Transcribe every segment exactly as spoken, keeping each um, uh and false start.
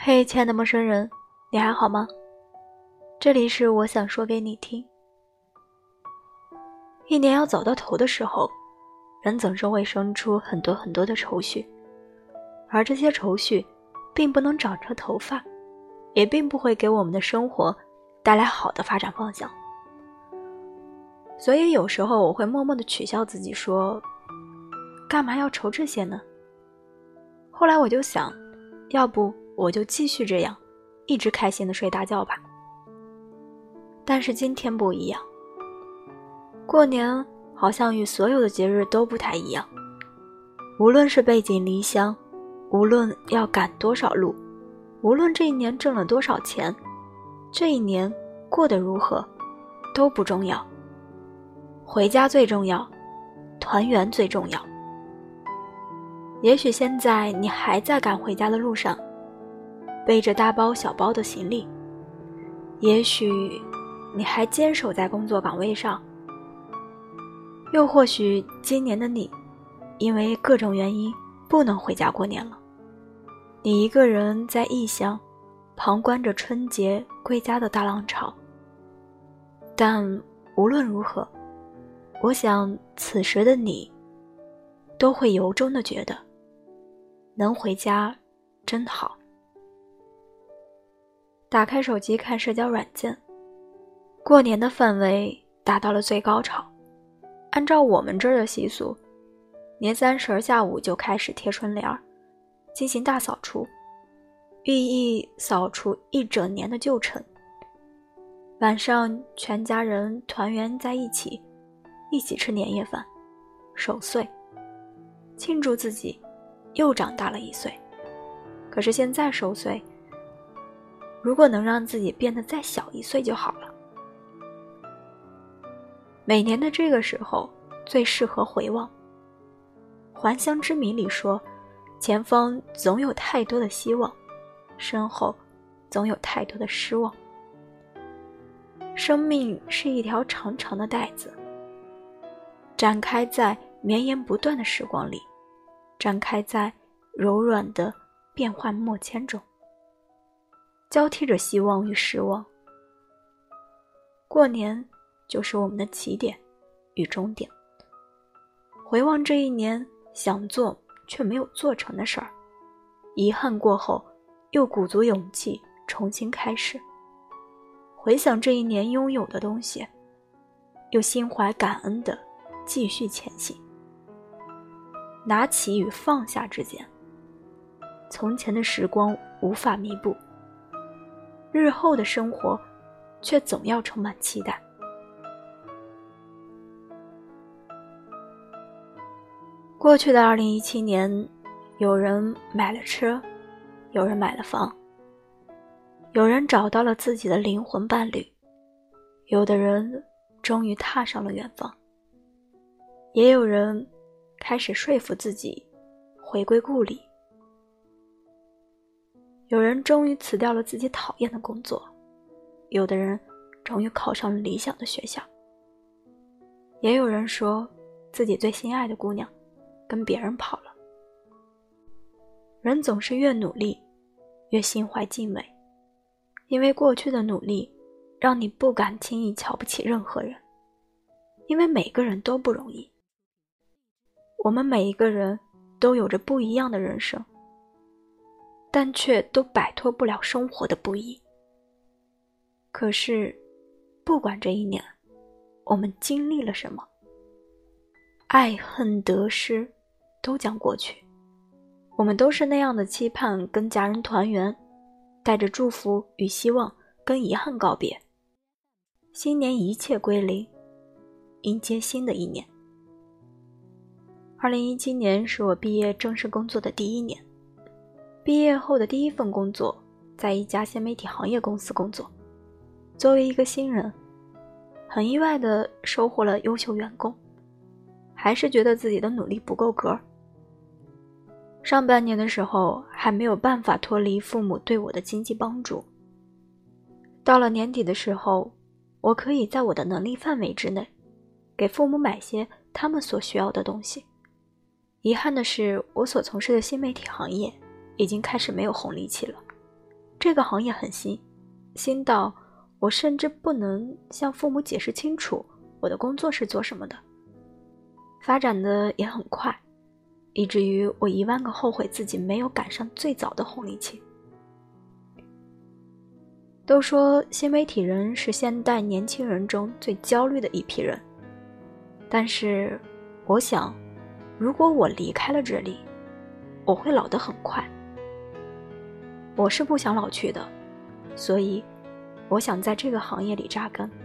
嘿，亲爱的陌生人，你还好吗？这里是我想说给你听。一年要走到头的时候，人总是会生出很多很多的愁绪，而这些愁绪并不能长成头发，也并不会给我们的生活带来好的发展方向。所以有时候我会默默地取笑自己说，干嘛要愁这些呢？后来我就想，要不我就继续这样，一直开心地睡大觉吧。但是今天不一样，过年好像与所有的节日都不太一样。无论是背井离乡，无论要赶多少路，无论这一年挣了多少钱，这一年过得如何都不重要。回家最重要，团圆最重要。也许现在你还在赶回家的路上，背着大包小包的行李，也许你还坚守在工作岗位上，又或许今年的你因为各种原因不能回家过年了，你一个人在异乡旁观着春节归家的大浪潮。但无论如何，我想此时的你都会由衷地觉得能回家真好。打开手机看社交软件，过年的氛围达到了最高潮。按照我们这儿的习俗，年三十下午就开始贴春联儿，进行大扫除，寓意扫除一整年的旧尘。晚上全家人团圆在一起，一起吃年夜饭，守岁，庆祝自己又长大了一岁。可是现在守岁，如果能让自己变得再小一岁就好了。每年的这个时候最适合回望。还乡之谜里说，前方总有太多的希望，身后总有太多的失望。生命是一条长长的带子，展开在绵延不断的时光里，展开在柔软的变幻莫迁中，交替着希望与失望。过年就是我们的起点与终点。回望这一年想做却没有做成的事儿，遗憾过后又鼓足勇气重新开始。回想这一年拥有的东西，又心怀感恩地继续前行。拿起与放下之间，从前的时光无法弥补，日后的生活却总要充满期待。过去的二零一七年，有人买了车，有人买了房，有人找到了自己的灵魂伴侣，有的人终于踏上了远方，也有人开始说服自己回归故里，有人终于辞掉了自己讨厌的工作，有的人终于考上了理想的学校，也有人说自己最心爱的姑娘跟别人跑了。人总是越努力越心怀敬畏，因为过去的努力让你不敢轻易瞧不起任何人，因为每个人都不容易。我们每一个人都有着不一样的人生，但却都摆脱不了生活的不易。可是不管这一年我们经历了什么，爱恨得失都将过去，我们都是那样的期盼跟家人团圆，带着祝福与希望跟遗憾告别。新年一切归零，迎接新的一年。二零一七年是我毕业正式工作的第一年，毕业后的第一份工作在一家新媒体行业公司工作。作为一个新人，很意外地收获了优秀员工，还是觉得自己的努力不够格。上半年的时候还没有办法脱离父母对我的经济帮助，到了年底的时候，我可以在我的能力范围之内给父母买些他们所需要的东西。遗憾的是，我所从事的新媒体行业已经开始没有红利期了， 这个行业很新，新到我甚至不能向父母解释清楚我的工作是做什么的。发展的也很快，以至于我一万个后悔自己没有赶上最早的红利期。都说新媒体人是现代年轻人中最焦虑的一批人，但是我想，如果我离开了这里，我会老得很快。我是不想老去的，所以我想在这个行业里扎根。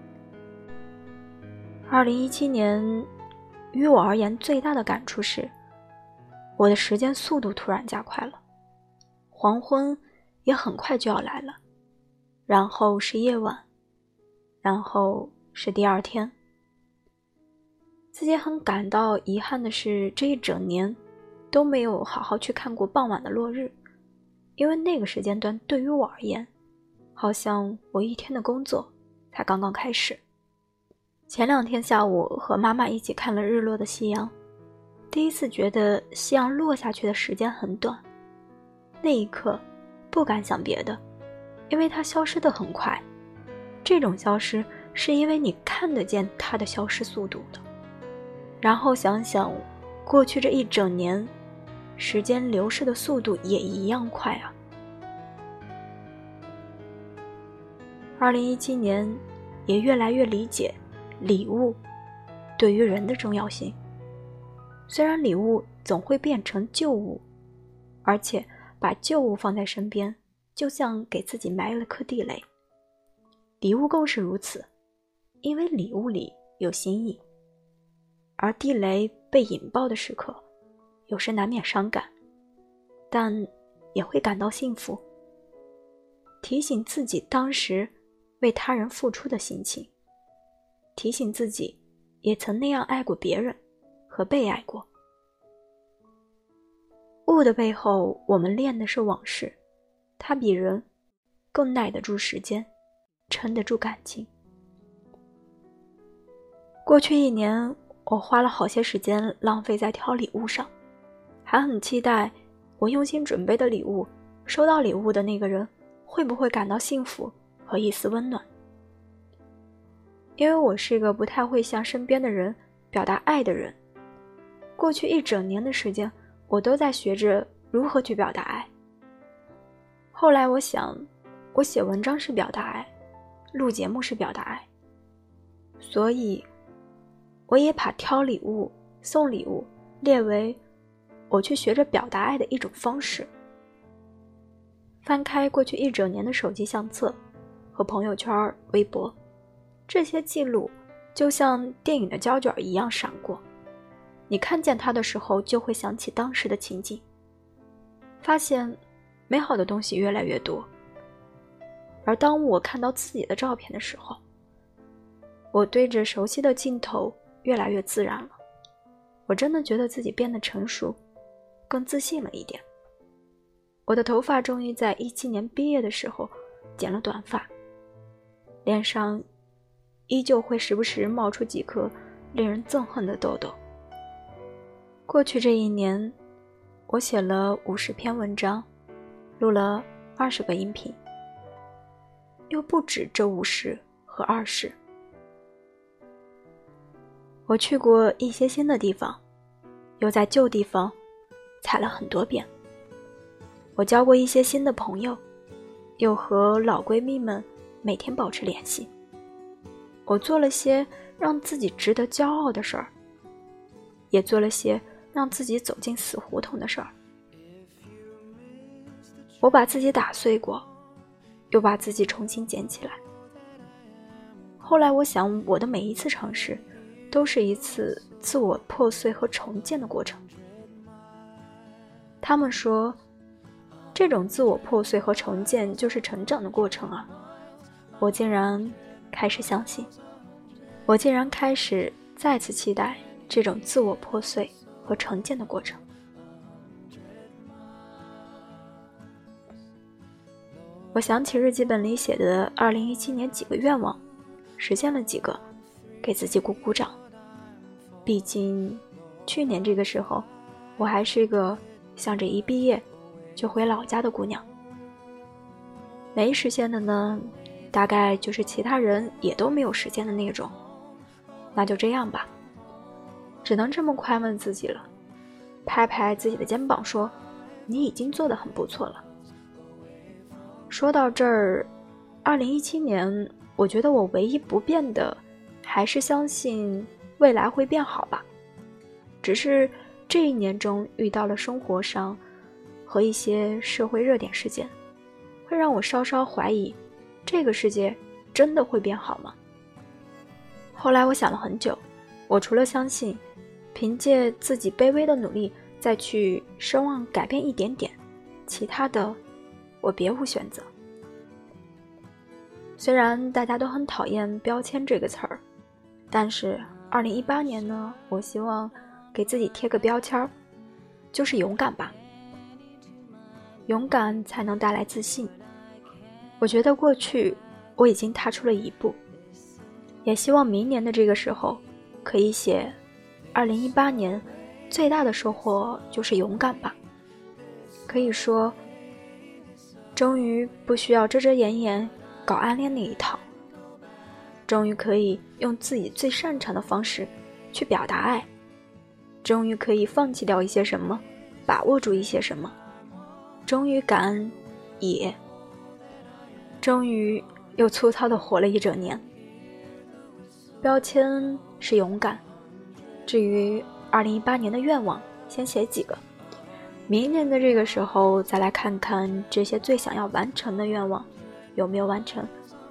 二零一七年于我而言最大的感触是，我的时间速度突然加快了，黄昏也很快就要来了，然后是夜晚，然后是第二天。自己很感到遗憾的是，这一整年都没有好好去看过傍晚的落日，因为那个时间段对于我而言，好像我一天的工作才刚刚开始。前两天下午和妈妈一起看了日落的夕阳，第一次觉得夕阳落下去的时间很短，那一刻不敢想别的，因为它消失得很快。这种消失是因为你看得见它的消失速度的。然后想想过去这一整年，时间流逝的速度也一样快啊。二零一七年也越来越理解礼物对于人的重要性。虽然礼物总会变成旧物，而且把旧物放在身边，就像给自己埋了颗地雷。礼物更是如此，因为礼物里有心意，而地雷被引爆的时刻，有时难免伤感，但也会感到幸福，提醒自己当时为他人付出的心情，提醒自己也曾那样爱过别人和被爱过。物的背后，我们练的是往事，它比人更耐得住时间，撑得住感情。过去一年，我花了好些时间浪费在挑礼物上，还很期待我用心准备的礼物，收到礼物的那个人会不会感到幸福和一丝温暖。因为我是一个不太会向身边的人表达爱的人，过去一整年的时间，我都在学着如何去表达爱。后来我想，我写文章是表达爱，录节目是表达爱，所以我也把挑礼物、送礼物列为我去学着表达爱的一种方式。翻开过去一整年的手机相册和朋友圈、微博，这些记录就像电影的胶卷一样闪过，你看见它的时候就会想起当时的情景，发现美好的东西越来越多。而当我看到自己的照片的时候，我对着熟悉的镜头越来越自然了。我真的觉得自己变得成熟，更自信了一点。我的头发终于在一七年毕业的时候剪了短发，脸上依旧会时不时冒出几颗令人憎恨的痘痘。过去这一年，我写了五十篇文章，录了二十个音频，又不止这五十和二十。我去过一些新的地方，又在旧地方踩了很多遍。我交过一些新的朋友，又和老闺蜜们每天保持联系。我做了些让自己值得骄傲的事儿，也做了些让自己走进死胡同的事儿。我把自己打碎过，又把自己重新捡起来。后来我想，我的每一次尝试都是一次自我破碎和重建的过程。他们说，这种自我破碎和重建就是成长的过程啊。我竟然开始相信，我竟然开始再次期待这种自我破碎和重建的过程。我想起日记本里写的二零一七年几个愿望，实现了几个，给自己鼓鼓掌。毕竟去年这个时候，我还是个想着一毕业就回老家的姑娘。 没实现的呢，大概就是其他人也都没有实现的那种。那就这样吧，只能这么宽慰自己了，拍拍自己的肩膀说，你已经做得很不错了。说到这儿，二零一七年，我觉得我唯一不变的还是相信未来会变好吧。只是这一年中遇到了生活上和一些社会热点事件，会让我稍稍怀疑这个世界真的会变好吗？后来我想了很久，我除了相信凭借自己卑微的努力再去奢望改变一点点，其他的我别无选择。虽然大家都很讨厌标签这个词儿，但是二零一八年呢，我希望给自己贴个标签，就是勇敢吧。勇敢才能带来自信。我觉得过去我已经踏出了一步，也希望明年的这个时候可以写二零一八年最大的收获就是勇敢吧。可以说终于不需要遮遮掩掩搞暗恋那一套，终于可以用自己最擅长的方式去表达爱，终于可以放弃掉一些什么，把握住一些什么，终于感恩也终于又粗糙地活了一整年。标签是勇敢，至于二零一八年的愿望，先写几个，明年的这个时候再来看看这些最想要完成的愿望有没有完成。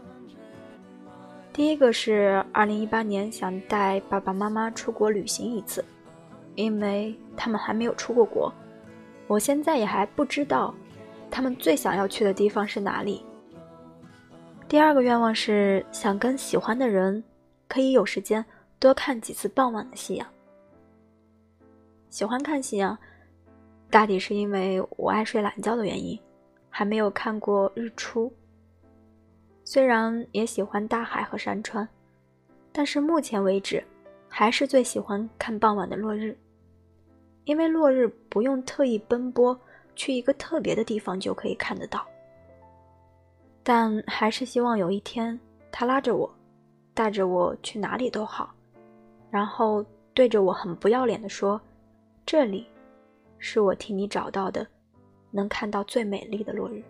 第一个是二零一八年想带爸爸妈妈出国旅行一次，因为他们还没有出过国，我现在也还不知道他们最想要去的地方是哪里。第二个愿望是想跟喜欢的人可以有时间多看几次傍晚的夕阳。喜欢看夕阳大抵是因为我爱睡懒觉的原因，还没有看过日出。虽然也喜欢大海和山川，但是目前为止还是最喜欢看傍晚的落日，因为落日不用特意奔波去一个特别的地方就可以看得到。但还是希望有一天他拉着我，带着我去哪里都好，然后对着我很不要脸地说，这里是我替你找到的能看到最美丽的落日。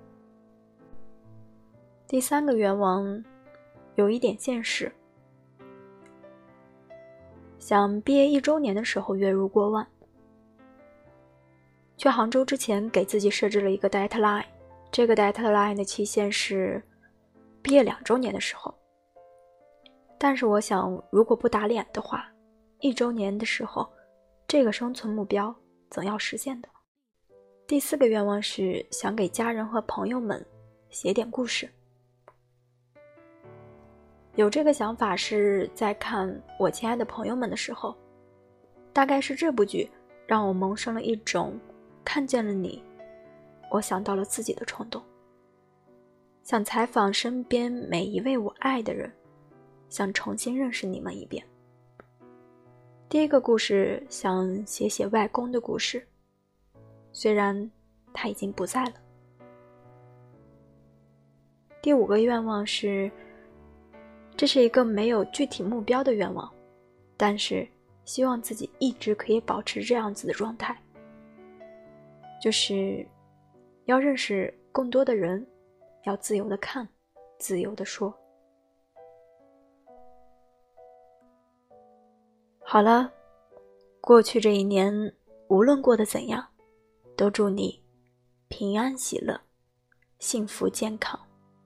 第三个愿望有一点现实，想毕业一周年的时候月入过万。去杭州之前给自己设置了一个 deadline， 这个 deadline 的期限是毕业两周年的时候，但是我想如果不打脸的话，一周年的时候这个生存目标总要实现的。第四个愿望是想给家人和朋友们写点故事。有这个想法是在看我亲爱的朋友们的时候，大概是这部剧让我萌生了一种看见了你，我想到了自己的冲动，想采访身边每一位我爱的人，想重新认识你们一遍。第一个故事想写写外公的故事，虽然他已经不在了。第五个愿望是，这是一个没有具体目标的愿望，但是希望自己一直可以保持这样子的状态，就是要认识更多的人，要自由的看，自由的说。好了，过去这一年无论过得怎样，都祝你平安喜乐，幸福健康。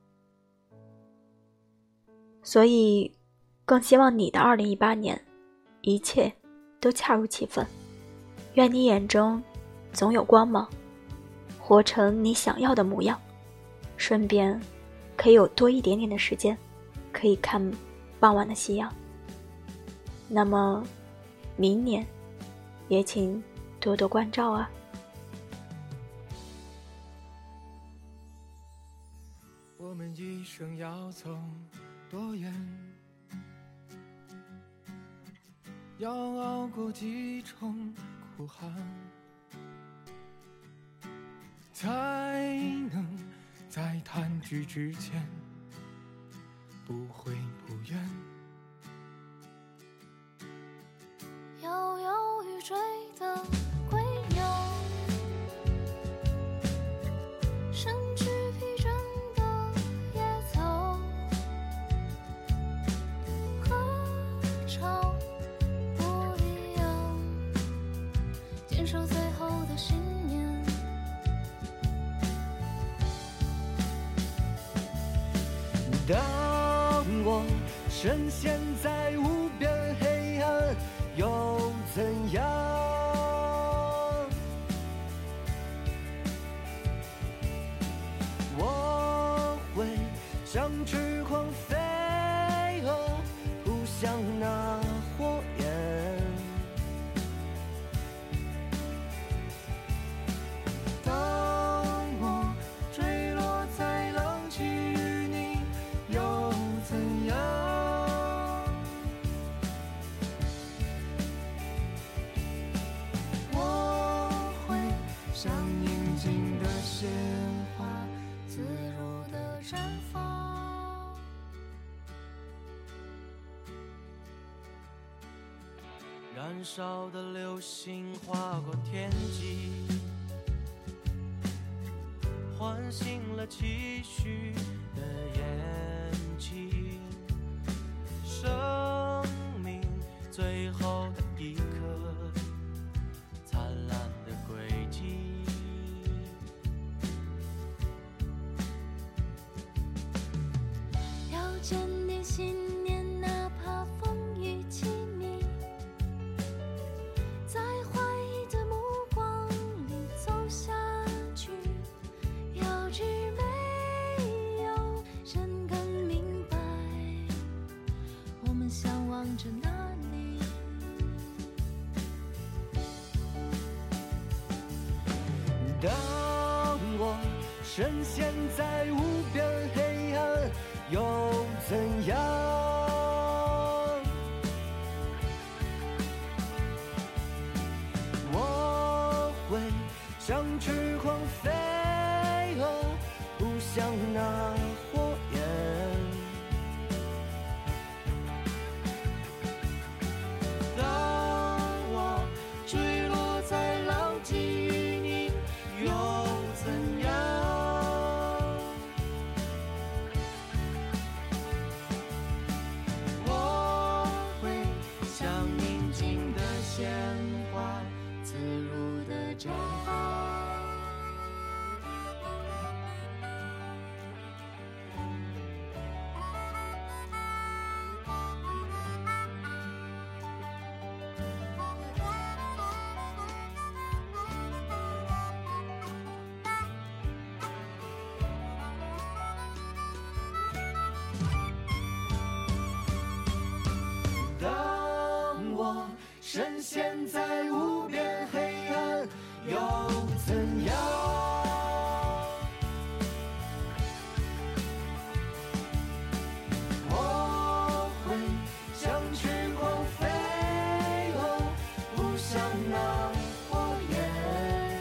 所以更希望你的二零一八年一切都恰如其分，愿你眼中总有光芒，活成你想要的模样，顺便可以有多一点点的时间可以看傍晚的夕阳。那么明年也请多多关照啊。 我们一生要走多远，要熬过几重苦寒，才能在弹指之间，不悔不怨。 摇摇欲坠的归鸟，身躯披针的野草，和潮不一样，坚守最后的信念。 当我深陷在无边黑暗，又怎样？我会像翅狂飞蛾，扑向那火焰。当我坠落在浪迹与你，又怎样？我会像宁静的鲜花， 自如的绽放。 燃烧的流星划过天际，唤醒了期许的眼睛。生命最后的一刻，灿烂的轨迹。 要坚定信念，哪怕风雨凄迷，在怀疑的目光里走下去。要知没有人更明白，我们向往着哪里。 当我深陷在无边黑暗，又怎样？我会像翅狂飞蛾，扑向那火焰。当我坠落在浪迹与你，又怎样？我会像宁静的鲜花，自如的绽放。当我深陷在无边黑暗，又怎样？我会像翅狂飞蛾，扑向那火焰。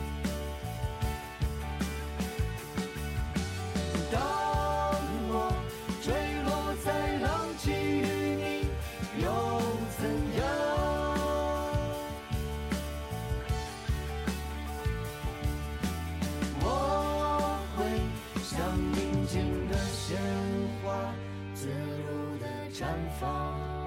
当我坠落在浪迹与你，又怎样？我会像宁静的鲜花，自如的绽放。